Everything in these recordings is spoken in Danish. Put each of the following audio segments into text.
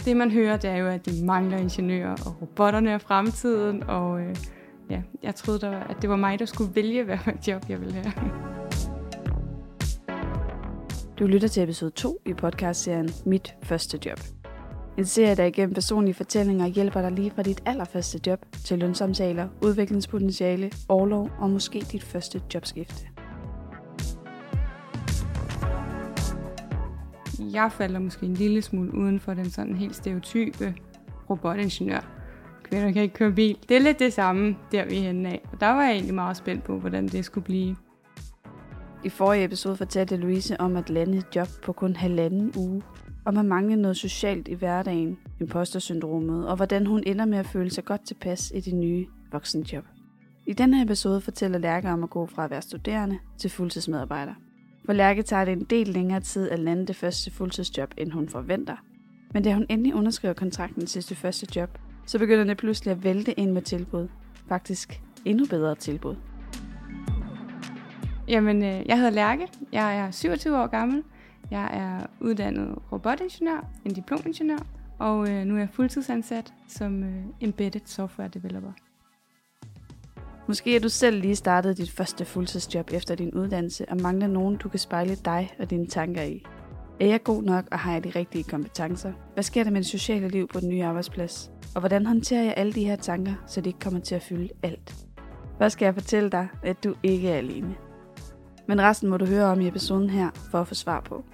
det man hører, det er jo, at de mangler ingeniører, og robotterne er fremtiden, og jeg troede, at det var mig, der skulle vælge, hvad job jeg ville have. Du lytter til episode 2 i podcastserien Mit første job. En serie, der igennem personlige fortællinger hjælper dig lige fra dit allerførste job til lønsamtaler, udviklingspotentiale, orlov og måske dit første jobskifte. Jeg falder måske en lille smule uden for den sådan helt stereotype robotingeniør. Kvinder kan ikke køre bil. Det er lidt det samme, der vi er henne af. Og der var jeg egentlig meget spændt på, hvordan det skulle blive. I forrige episode fortalte Louise om at lande et job på kun 1,5 uge, om at mangle noget socialt i hverdagen, impostersyndromet, og hvordan hun ender med at føle sig godt tilpas i det nye voksenjob. I denne episode fortæller Lærke om at gå fra at være studerende til fuldtidsmedarbejder. For Lærke tager det en del længere tid at lande det første fuldtidsjob, end hun forventer. Men da hun endelig underskriver kontrakten til sit første job, så begynder det pludselig at vælte ind med tilbud. Faktisk endnu bedre tilbud. Jamen, jeg hedder Lærke. Jeg er 27 år gammel. Jeg er uddannet robotingeniør, en diplomingeniør, og nu er jeg fuldtidsansat som embedded software developer. Måske er du selv lige startet dit første fuldtidsjob efter din uddannelse og mangler nogen, du kan spejle dig og dine tanker i. Er jeg god nok, og har jeg de rigtige kompetencer? Hvad sker der med det sociale liv på den nye arbejdsplads? Og hvordan håndterer jeg alle de her tanker, så de ikke kommer til at fylde alt? Først skal jeg fortælle dig, at du ikke er alene. Men resten må du høre om i episoden her, for at få svar på.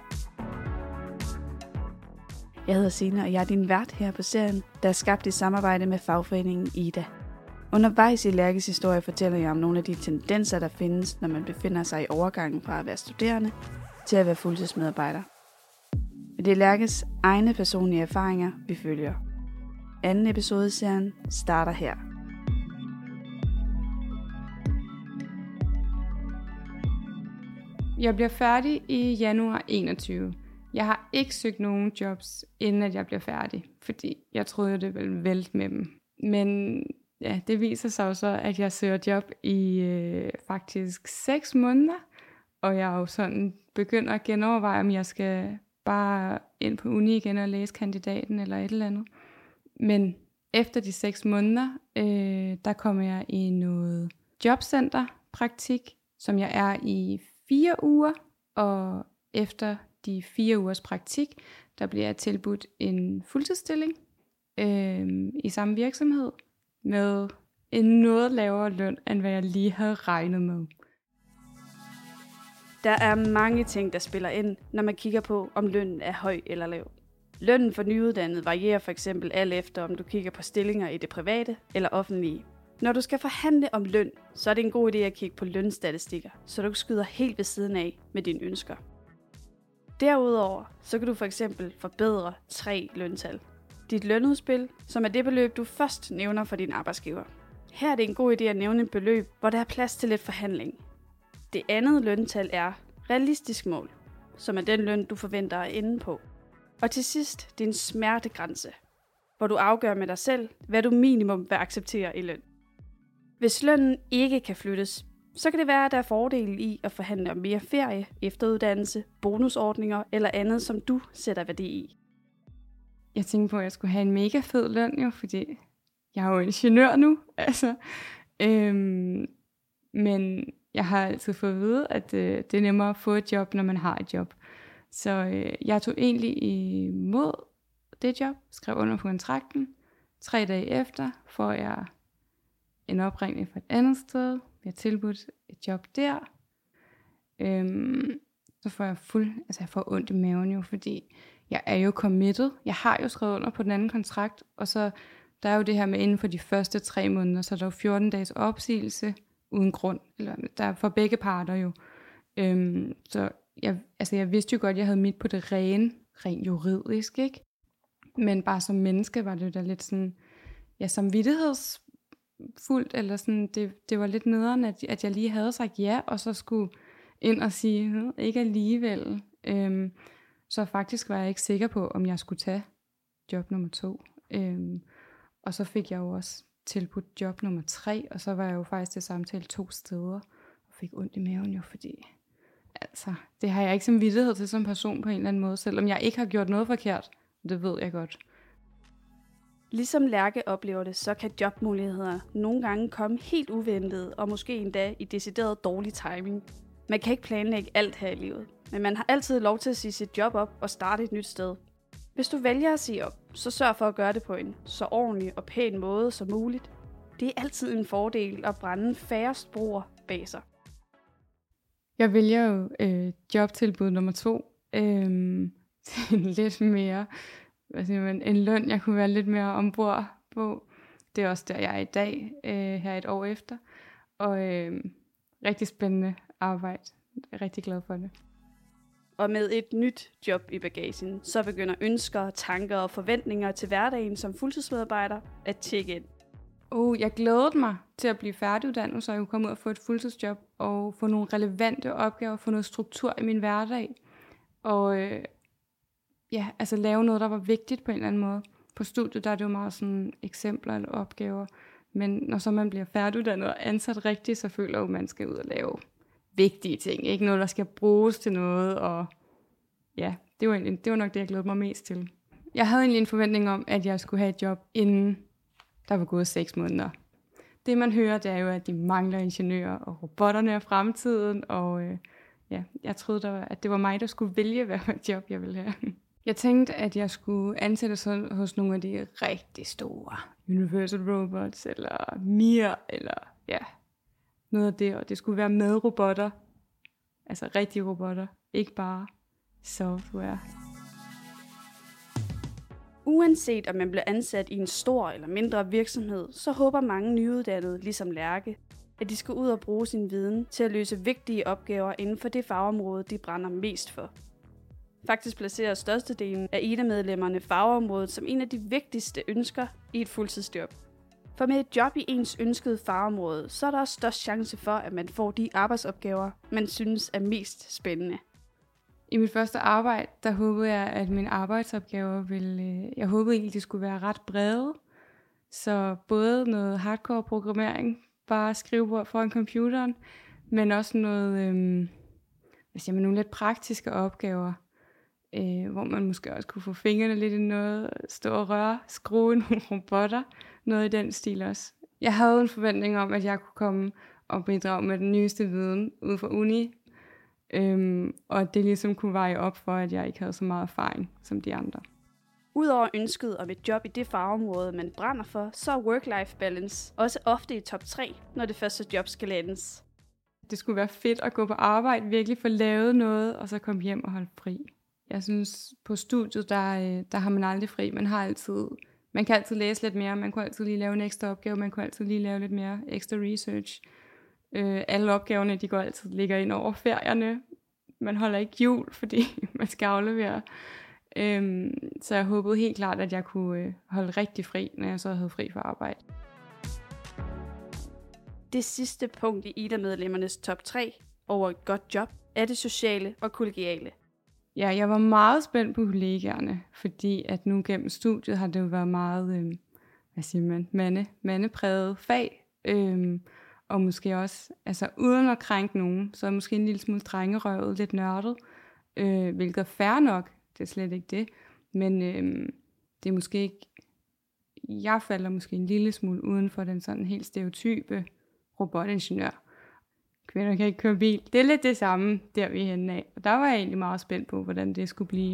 Jeg hedder Signe, og jeg er din vært her på serien, der er skabt i samarbejde med fagforeningen Ida. Undervejs i Lærkes historie fortæller jeg om nogle af de tendenser, der findes, når man befinder sig i overgangen fra at være studerende til at være fuldtidsmedarbejder. Men det er Lærkes egne personlige erfaringer, vi følger. Anden episode i serien starter her. Jeg bliver færdig i januar 21. Jeg har ikke søgt nogen jobs, inden at jeg bliver færdig, fordi jeg troede, det ville vælte med dem. Men ja, det viser sig jo så, at jeg søger job i faktisk 6 måneder, og jeg er jo sådan begynder at genoverveje, om jeg skal bare ind på uni igen og læse kandidaten eller et eller andet. Men efter de 6 måneder, der kommer jeg i noget jobcenterpraktik, som jeg er i 4 uger, og efter de 4 ugers praktik, der bliver jeg tilbudt en fuldtidsstilling i samme virksomhed med en noget lavere løn, end hvad jeg lige havde regnet med. Der er mange ting, der spiller ind, når man kigger på, om lønnen er høj eller lav. Lønnen for nyuddannede varierer for eksempel alt efter, om du kigger på stillinger i det private eller offentlige. Når du skal forhandle om løn, så er det en god idé at kigge på lønstatistikker, så du ikke skyder helt ved siden af med dine ønsker. Derudover så kan du for eksempel forbedre 3 løntal. Dit lønudspil, som er det beløb, du først nævner for din arbejdsgiver. Her er det en god idé at nævne et beløb, hvor der er plads til lidt forhandling. Det andet løntal er realistisk mål, som er den løn, du forventer at ende på. Og til sidst din smertegrænse, hvor du afgør med dig selv, hvad du minimum vil acceptere i løn. Hvis lønnen ikke kan flyttes, så kan det være, at der er fordele i at forhandle om mere ferie, efteruddannelse, bonusordninger eller andet, som du sætter værdi i. Jeg tænkte på, at jeg skulle have en mega fed løn jo, fordi jeg er jo ingeniør nu. Men jeg har altid fået at vide, at det er nemmere at få et job, når man har et job. Så jeg tog egentlig imod det job, skrev under på kontrakten. 3 dage efter får jeg en opringning fra et andet sted. Jeg har tilbudt et job der. Så får jeg får ondt i maven jo, fordi jeg er jo committed. Jeg har jo skrevet under på den anden kontrakt, og så der er jo det her med inden for de første 3 måneder, så der er jo 14 dages opsigelse uden grund. Eller der er for begge parter jo. Så jeg vidste jo godt, at jeg havde mit på det rent juridisk, ikke? Men bare som menneske var det da lidt sådan, ja, samvittighedsfuldt, eller sådan, det var lidt nederen, at jeg lige havde sagt ja, og så skulle ind og sige, ikke alligevel. Så faktisk var jeg ikke sikker på, om jeg skulle tage job nummer 2. Og så fik jeg jo også tilbudt job nummer 3, og så var jeg jo faktisk til samtale 2 steder, og fik ondt i maven jo, fordi det har jeg ikke samvittighed til som person på en eller anden måde, selvom jeg ikke har gjort noget forkert. Det ved jeg godt. Ligesom Lærke oplever det, så kan jobmuligheder nogle gange komme helt uventet, og måske endda i decideret dårlig timing. Man kan ikke planlægge alt her i livet, men man har altid lov til at sige sit job op og starte et nyt sted. Hvis du vælger at sige op, så sørg for at gøre det på en så ordentlig og pæn måde som muligt. Det er altid en fordel at brænde færrest broer bag sig. Jeg vælger jo jobtilbud nummer 2. Lidt mere, en løn, jeg kunne være lidt mere ombord på. Det er også der, jeg er i dag, her et år efter. Og rigtig spændende arbejde. Jeg er rigtig glad for det. Og med et nyt job i bagagen, så begynder ønsker, tanker og forventninger til hverdagen som fuldtidsmedarbejder at tjekke ind. Jeg glædede mig til at blive færdiguddannet, så jeg kunne komme ud og få et fuldtidsjob og få nogle relevante opgaver, få noget struktur i min hverdag. Og lave noget, der var vigtigt på en eller anden måde. På studiet, der er det jo meget sådan eksempler eller opgaver. Men når så man bliver færdiguddannet og ansat rigtigt, så føler jeg, at man skal ud og lave vigtige ting. Ikke noget, der skal bruges til noget. Og ja, det var nok det, jeg glædede mig mest til. Jeg havde egentlig en forventning om, at jeg skulle have et job, inden der var gået 6 måneder. Det man hører, det er jo, at de mangler ingeniører, og robotterne er fremtiden. Og jeg troede, at det var mig, der skulle vælge, hvad job jeg ville have. Jeg tænkte, at jeg skulle ansættes hos nogle af de rigtig store Universal Robots, eller Mir, eller noget af det. Og det skulle være med robotter, altså rigtige robotter, ikke bare software. Uanset om man bliver ansat i en stor eller mindre virksomhed, så håber mange nyuddannede, ligesom Lærke, at de skal ud og bruge sin viden til at løse vigtige opgaver inden for det fagområde, de brænder mest for. Faktisk placerer størstedelen af IDA-medlemmerne fagområdet som en af de vigtigste ønsker i et fuldtidsjob. For med et job i ens ønskede fagområde, så er der også størst chance for, at man får de arbejdsopgaver, man synes er mest spændende. I mit første arbejde, der håbede jeg, at mine arbejdsopgaver jeg håbede egentlig, de skulle være ret brede. Så både noget hardcore programmering, bare skrivebord foran computeren, men også noget, nogle lidt praktiske opgaver, hvor man måske også kunne få fingrene lidt i noget, stå og røre, skrue nogle robotter, noget i den stil også. Jeg havde en forventning om, at jeg kunne komme og bidrage med den nyeste viden ude fra uni, og at det ligesom kunne veje op for, at jeg ikke havde så meget erfaring som de andre. Udover ønsket om et job i det fagområde, man brænder for, så er work-life balance også ofte i top 3, når det første job skal landes. Det skulle være fedt at gå på arbejde, virkelig få lavet noget, og så komme hjem og holde fri. Jeg synes, på studiet, der har man aldrig fri. Man kan altid læse lidt mere, man kan altid lige lave en ekstra opgave, man kan altid lige lave lidt mere ekstra research. Alle opgaverne, ligger ind over ferierne. Man holder ikke jul, fordi man skal aflevere. Så jeg håbede helt klart, at jeg kunne holde rigtig fri, når jeg så havde fri for arbejde. Det sidste punkt i IDA-medlemmernes top 3 over et godt job er det sociale og kollegiale. Ja, jeg var meget spændt på kollegaerne, fordi at nu gennem studiet har det jo været meget, mandepræget fag. Og måske også, uden at krænke nogen, så er måske en lille smule drengerøvet, lidt nørdet, hvilket er fair nok, det er slet ikke det. Men det er måske ikke, jeg falder måske en lille smule uden for den sådan helt stereotype robotingeniør. Kvinder kan ikke køre bil. Det er lidt det samme, der vi er henne af. Og der var jeg egentlig meget spændt på, hvordan det skulle blive.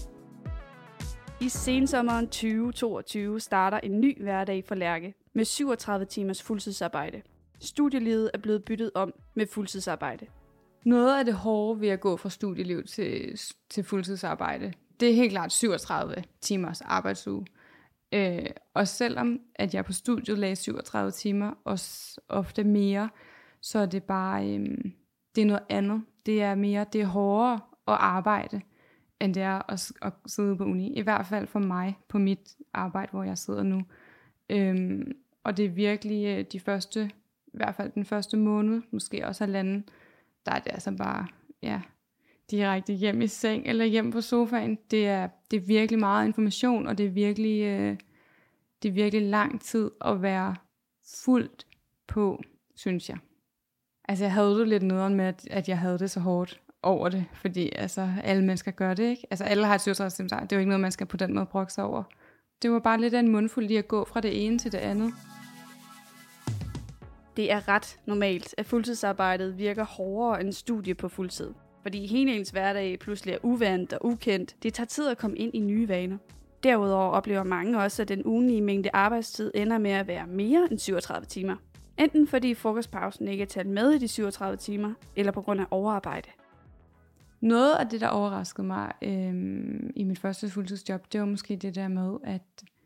I sensommeren 2022 starter en ny hverdag for Lærke med 37 timers fuldtidsarbejde. Studielivet er blevet byttet om med fuldtidsarbejde. Noget af det hårde ved at gå fra studieliv til fuldtidsarbejde, det er helt klart 37 timers arbejdsuge. Og selvom at jeg på studiet lagde 37 timer, og ofte mere, så er det bare, det er noget andet. Det er hårdere at arbejde, end det er at sidde på uni. I hvert fald for mig, på mit arbejde, hvor jeg sidder nu. Og det er virkelig i hvert fald den første måned, måske også halvanden, der er det altså bare, direkte hjem i seng eller hjem på sofaen. Det er virkelig meget information, og det er virkelig lang tid at være fuldt på, synes jeg. Jeg havde det lidt nederen med, at jeg havde det så hårdt over det, fordi alle mennesker gør det, ikke? Alle har et 37 timer. Det er jo ikke noget, man skal på den måde brokke sig over. det var bare lidt af en mundfuld lige at gå fra det ene til det andet. Det er ret normalt, at fuldtidsarbejdet virker hårdere end studie på fuldtid. Fordi hele ens hverdag pludselig er uvant og ukendt. Det tager tid at komme ind i nye vaner. Derudover oplever mange også, at den ugenlige mængde arbejdstid ender med at være mere end 37 timer. Enten fordi frokostpausen ikke er talt med i de 37 timer, eller på grund af overarbejde. Noget af det, der overraskede mig i mit første fuldtidsjob, det var måske det der med, at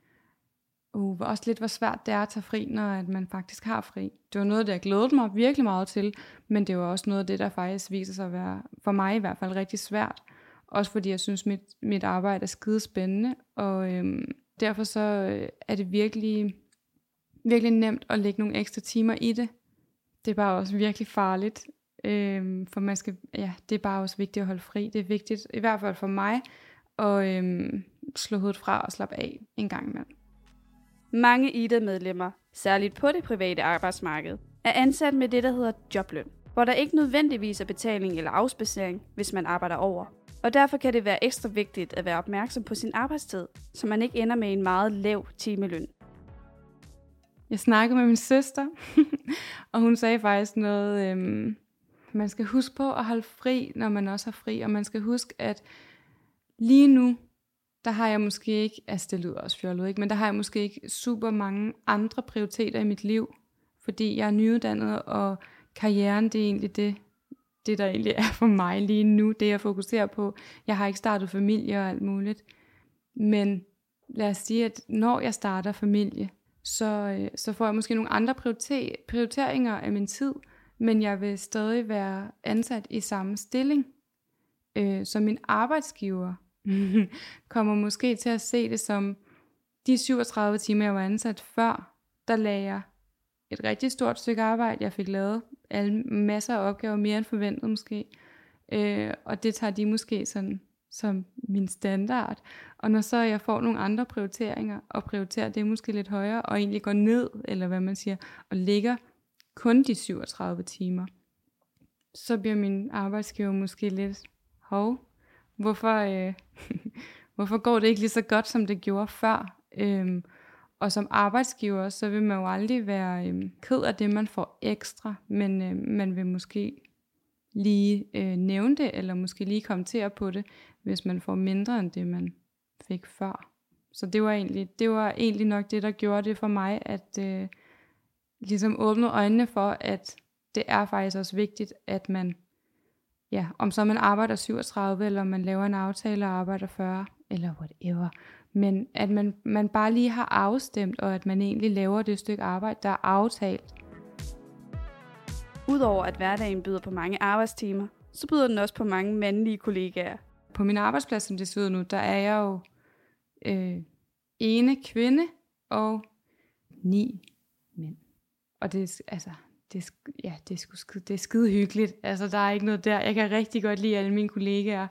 også lidt hvor svært det er at tage fri, når at man faktisk har fri. Det var noget, der jeg glædede mig virkelig meget til, men det var også noget af det, der faktisk viser sig at være, for mig i hvert fald, rigtig svært. Også fordi jeg synes, mit arbejde er skide spændende, og derfor så er det virkelig, virkelig nemt at lægge nogle ekstra timer i det. Det er bare også virkelig farligt, for det er bare også vigtigt at holde fri. Det er vigtigt, i hvert fald for mig, at slå hovedet fra og slappe af en gang imellem. Mange IDA-medlemmer, særligt på det private arbejdsmarked, er ansat med det, der hedder jobløn, hvor der ikke nødvendigvis er betaling eller afspacering, hvis man arbejder over. Og derfor kan det være ekstra vigtigt at være opmærksom på sin arbejdstid, så man ikke ender med en meget lav timeløn. Jeg snakkede med min søster, og hun sagde faktisk noget, man skal huske på at holde fri, når man også har fri, og man skal huske, at lige nu, der har jeg måske ikke, det lyder også fjollet, ikke? Men der har jeg måske ikke super mange andre prioriteter i mit liv, fordi jeg er nyuddannet, og karrieren, det er egentlig det der egentlig er for mig lige nu, det jeg fokuserer på. Jeg har ikke startet familie og alt muligt, men lad os sige, at når jeg starter familie, så får jeg måske nogle andre prioriteringer af min tid, men jeg vil stadig være ansat i samme stilling. Så min arbejdsgiver kommer måske til at se det som de 37 timer, jeg var ansat før, der lagde jeg et rigtig stort stykke arbejde. Jeg fik lavet masser af opgaver, mere end forventet måske. Og det tager de måske sådan som min standard. Og når så jeg får nogle andre prioriteringer, og prioriterer det måske lidt højere, og egentlig går ned, eller hvad man siger, og ligger kun de 37 timer, så bliver min arbejdsgiver måske lidt, hvorfor går det ikke lige så godt, som det gjorde før? Og som arbejdsgiver, så vil man jo aldrig være ked af det, man får ekstra, men man vil måske lige nævne det, eller måske lige kommentere på det, hvis man får mindre end det, man fik før. Så det var egentlig nok det, der gjorde det for mig, at ligesom åbne øjnene for, at det er faktisk også vigtigt, at man, om så man arbejder 37, eller man laver en aftale og arbejder 40, eller whatever, men at man bare lige har afstemt, og at man egentlig laver det stykke arbejde, der er aftalt. Udover at hverdagen byder på mange arbejdstimer, så byder den også på mange mandlige kollegaer. På min arbejdsplads, som det ser ud nu, der er jeg jo ene kvinde og 9 mænd. Og det er skide hyggeligt. Altså, der er ikke noget der. Jeg kan rigtig godt lide alle mine kollegaer.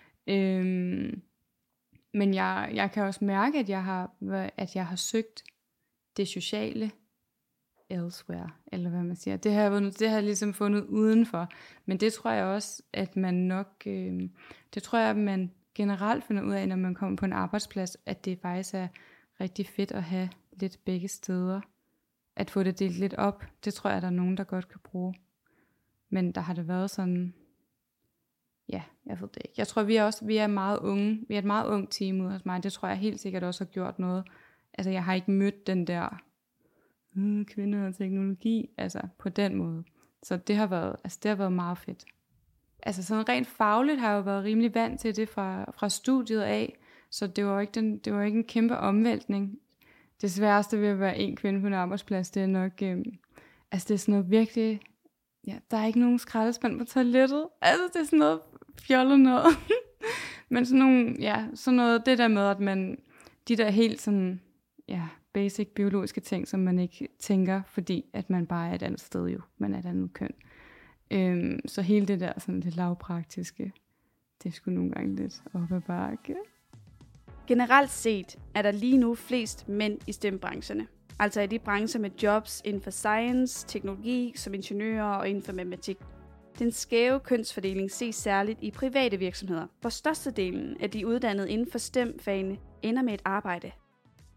Men jeg kan også mærke, at jeg har søgt det sociale elsewhere, eller hvad man siger. Det har jeg ligesom fundet udenfor. Men det tror jeg også, at man nok, det tror jeg, at man generelt finder ud af, når man kommer på en arbejdsplads, at det faktisk er rigtig fedt at have lidt begge steder. At få det delt lidt op, det tror jeg, der er nogen, der godt kan bruge. Men der har det været sådan, jeg ved det ikke. Jeg tror, vi er meget unge. Vi er et meget ungt team ude hos mig. Det tror jeg helt sikkert også har gjort noget. Altså, jeg har ikke mødt den der kvinder og teknologi, altså på den måde. Så det har været meget fedt. Altså sådan rent fagligt har jeg jo været rimelig vant til det fra studiet af, så det var ikke en kæmpe omvæltning. Det sværeste ved at være en kvinde på en arbejdsplads, det er nok, det er sådan noget virkelig, der er ikke nogen skraldespand på toilettet. Altså det er sådan noget fjollet noget. Men sådan noget, det der med, at man, de der helt sådan, basic biologiske ting, som man ikke tænker, fordi at man bare er et andet sted jo, man er et andet køn. Så hele det der sådan lidt lavpraktiske, det er sgu nogle gange lidt op ad bakke. Generelt set er der lige nu flest mænd i STEM-brancherne. Altså i de brancher med jobs inden for science, teknologi, som ingeniører og inden for matematik. Den skæve kønsfordeling ses særligt i private virksomheder, hvor størstedelen af de uddannede inden for STEM-fagene ender med et arbejde.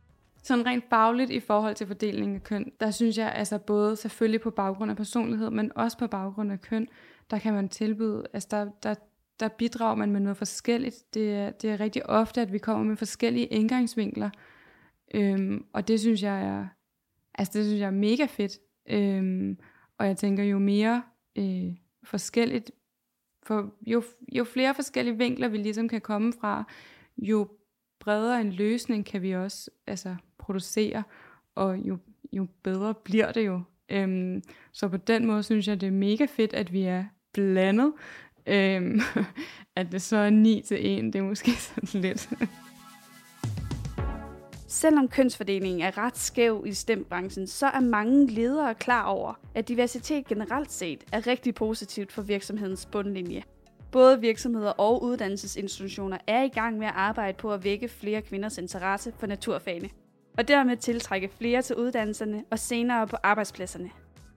Sådan rent fagligt i forhold til fordelingen af køn, der synes jeg altså både selvfølgelig på baggrund af personlighed, men også på baggrund af køn, der kan man tilbyde, altså der bidrager man med noget forskelligt. Det er rigtig ofte, at vi kommer med forskellige indgangsvinkler, og det synes jeg er mega fedt. Og jeg tænker, jo mere forskelligt, for jo flere forskellige vinkler vi ligesom kan komme fra, jo bredere en løsning kan vi også producere, og jo bedre bliver det jo. Så på den måde synes jeg, det er mega fedt, at vi er blandet. At det så er 9-1, det er måske sådan lidt. Selvom kønsfordelingen er ret skæv i STEM-branchen, så er mange ledere klar over, at diversitet generelt set er rigtig positivt for virksomhedens bundlinje. Både virksomheder og uddannelsesinstitutioner er i gang med at arbejde på at vække flere kvinders interesse for naturfagene, og dermed tiltrække flere til uddannelserne og senere på arbejdspladserne.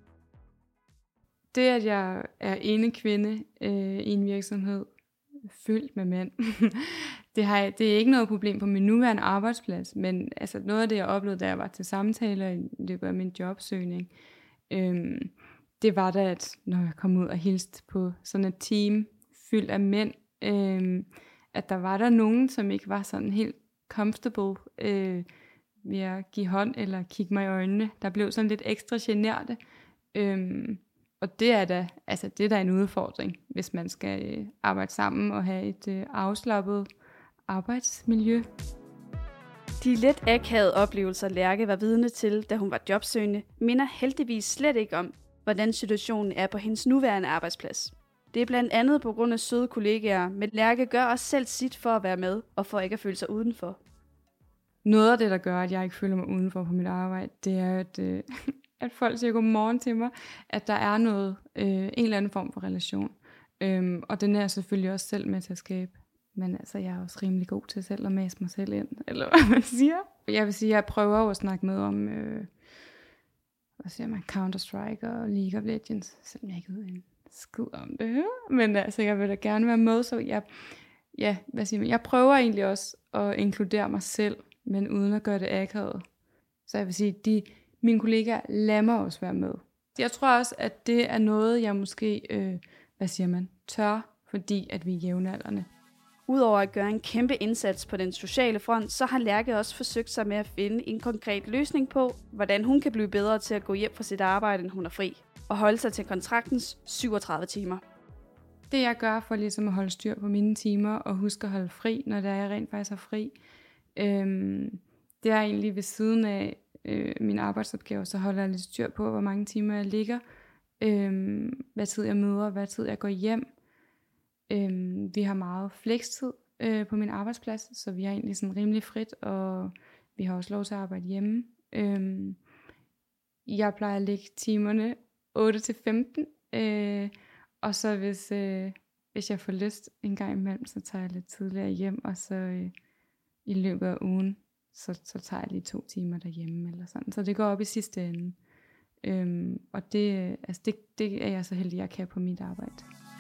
Det, at jeg er ene kvinde i en virksomhed fyldt med mænd, det er ikke noget problem på min nuværende arbejdsplads, men altså noget af det, jeg oplevede, da jeg var til samtaler i løbet af min jobsøgning, det var da, at når jeg kom ud og hilste på sådan et team fyldt af mænd, at der var der nogen, som ikke var sådan helt comfortable ved at give hånd eller kigge mig i øjnene. Der blev sådan lidt ekstra generte. Og det er da en udfordring, hvis man skal arbejde sammen og have et afslappet arbejdsmiljø. De lidt akavede oplevelser, Lærke var vidne til, da hun var jobsøgende, minder heldigvis slet ikke om, hvordan situationen er på hendes nuværende arbejdsplads. Det er blandt andet på grund af søde kollegaer, men Lærke gør også selv sit for at være med, og for ikke at føle sig udenfor. Noget af det, der gør, at jeg ikke føler mig udenfor på mit arbejde, det er, at folk siger godmorgen til mig, at der er en eller anden form for relation. Og den er jeg selvfølgelig også selv med til at skabe. Men altså, jeg er også rimelig god til selv at mase mig selv ind, eller hvad man siger. Jeg vil sige, at jeg prøver jo at snakke med om, Counter-Strike og League of Legends, selvom jeg ikke ved en skid om det. Men altså, jeg vil da gerne være med, så jeg prøver egentlig også at inkludere mig selv, men uden at gøre det akavet. Så jeg vil sige, mine kollegaer lader mig også være med. Jeg tror også, at det er noget, jeg måske, tør, fordi at vi er jævnaldrende. Udover at gøre en kæmpe indsats på den sociale front, så har Lærke også forsøgt sig med at finde en konkret løsning på, hvordan hun kan blive bedre til at gå hjem fra sit arbejde, når hun er fri, og holde sig til kontraktens 37 timer. Det jeg gør for ligesom at holde styr på mine timer, og huske at holde fri, når det er, jeg rent faktisk er fri, det er egentlig ved siden af mine arbejdsopgaver, så holder jeg lidt styr på, hvor mange timer jeg ligger, hvad tid jeg møder, hvad tid jeg går hjem. Vi har meget flekstid på min arbejdsplads, så vi har egentlig sådan rimelig frit, og vi har også lov til at arbejde hjemme. Jeg plejer at lægge timerne 8-15, og så hvis jeg får lyst en gang imellem, så tager jeg lidt tidligere hjem, og så i løbet af ugen, så tager jeg lige 2 timer derhjemme, eller sådan. Så det går op i sidste ende. Og det er jeg så heldig, jeg kan på mit arbejde.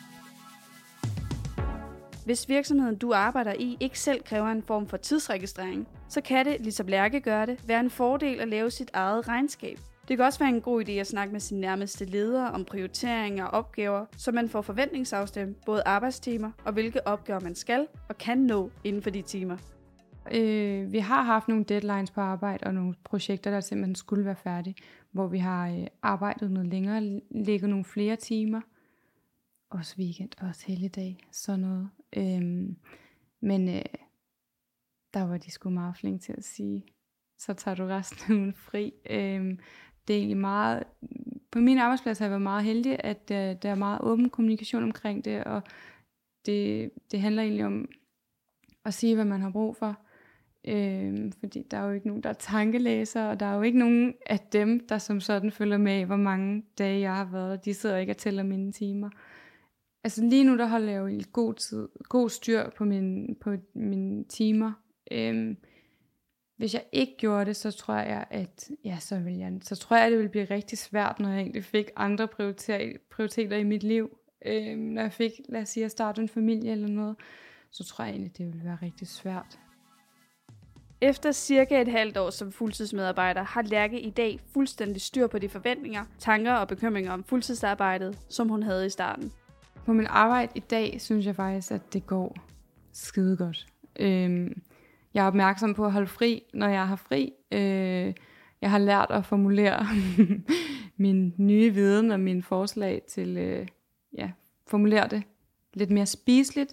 Hvis virksomheden, du arbejder i, ikke selv kræver en form for tidsregistrering, så kan det, ligesom Lærke gør det, være en fordel at lave sit eget regnskab. Det kan også være en god idé at snakke med sin nærmeste leder om prioriteringer og opgaver, så man får forventningsafstemt både arbejdstimer og hvilke opgaver man skal og kan nå inden for de timer. Vi har haft nogle deadlines på arbejde og nogle projekter, der simpelthen skulle være færdige, hvor vi har arbejdet noget længere, lægget nogle flere timer. Også weekend, også helligdag, sådan noget. Men der var de sgu meget flinke til at sige, så tager du resten af ugen fri. Det er egentlig meget, på min arbejdsplads har jeg været meget heldig, at der er meget åben kommunikation omkring det, og det handler egentlig om at sige, hvad man har brug for. Fordi der er jo ikke nogen, der er tankelæser, og der er jo ikke nogen af dem, der som sådan følger med, hvor mange dage jeg har været, de sidder ikke og tæller mine timer. Altså lige nu, der holder jeg jo i god styr på mine timer. Hvis jeg ikke gjorde det, så tror jeg, at det ville blive rigtig svært, når jeg egentlig fik andre prioriteter i mit liv. Når jeg fik, lad os sige, at starte en familie eller noget, så tror jeg egentlig, det ville være rigtig svært. Efter cirka et halvt år som fuldtidsmedarbejder har Lærke i dag fuldstændig styr på de forventninger, tanker og bekymringer om fuldtidsarbejdet, som hun havde i starten. På mit arbejde i dag synes jeg faktisk, at det går skide godt. Jeg er opmærksom på at holde fri, når jeg har fri. Jeg har lært at formulere min nye viden og mine forslag til formulere det lidt mere spiseligt.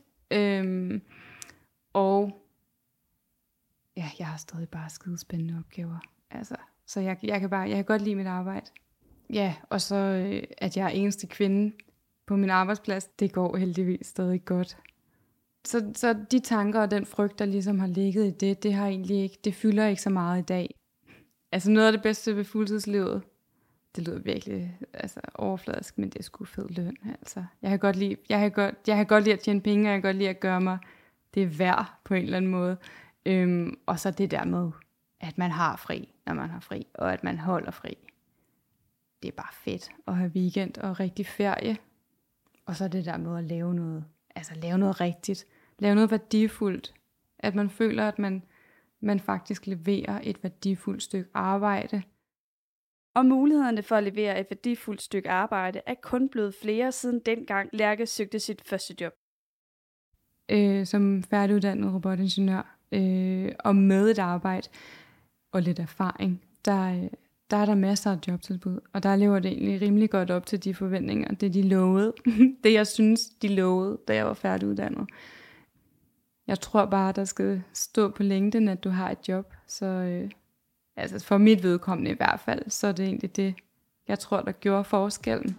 Og ja, jeg har stadig bare skide spændende opgaver. Altså, så jeg kan godt lide mit arbejde. Ja, og så at jeg er eneste kvinde på min arbejdsplads, det går heldigvis stadig godt. Så de tanker og den frygt, der ligesom har ligget i det har egentlig ikke, det fylder ikke så meget i dag. Altså noget af det bedste ved fuldtidslivet, det lyder virkelig overfladisk, men det er sgu fed løn. Altså, jeg kan godt lide at tjene penge, og jeg kan godt lide at gøre mig det værd på en eller anden måde. Og så det der med, at man har fri, når man har fri, og at man holder fri. Det er bare fedt at have weekend og rigtig ferie. Og så det der med at lave noget rigtigt. Lave noget værdifuldt. At man føler, at man faktisk leverer et værdifuldt stykke arbejde. Og mulighederne for at levere et værdifuldt stykke arbejde er kun blevet flere siden dengang Lærke søgte sit første job. Som færdiguddannet robotingeniør og med et arbejde og lidt erfaring, der er der masser af jobtilbud, og der lever det egentlig rimelig godt op til de forventninger, det de lovede, det jeg synes, de lovede, da jeg var færdiguddannet. Jeg tror bare, der skal stå på LinkedIn, at du har et job, så for mit vedkommende i hvert fald, så er det egentlig det, jeg tror, der gjorde forskellen.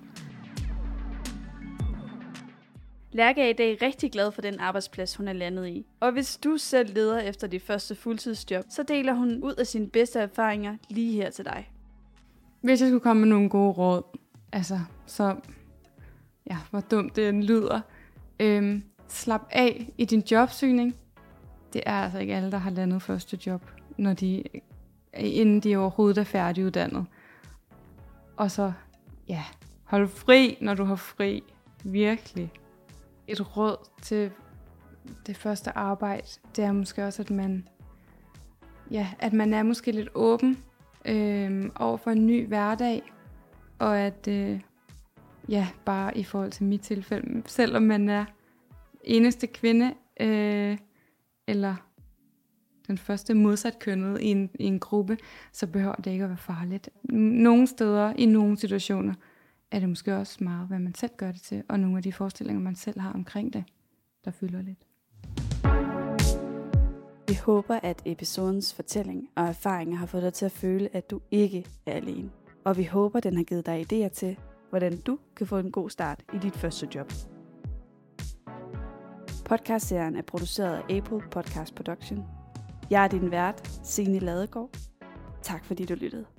Lærke er i dag rigtig glad for den arbejdsplads, hun er landet i. Og hvis du selv leder efter dit første fuldtidsjob, så deler hun ud af sine bedste erfaringer lige her til dig. Hvis jeg skulle komme med nogle gode råd, hvor dumt det end lyder, slap af i din jobsøgning. Det er altså ikke alle, der har landet første job, inden de overhovedet er færdiguddannet. Og så, hold fri, når du har fri. Virkelig. Et råd til det første arbejde, det er måske også, at man er måske lidt åben over for en ny hverdag, og at, bare i forhold til mit tilfælde, selvom man er eneste kvinde, eller den første modsatkønnede i en gruppe, så behøver det ikke at være farligt. Nogle steder, i nogle situationer, er det måske også meget, hvad man selv gør det til, og nogle af de forestillinger, man selv har omkring det, der fylder lidt. Vi håber, at episodens fortælling og erfaringer har fået dig til at føle, at du ikke er alene. Og vi håber, den har givet dig idéer til, hvordan du kan få en god start i dit første job. Podcastserien er produceret af Apple Podcast Production. Jeg er din vært, Signe Ladegaard. Tak fordi du lyttede.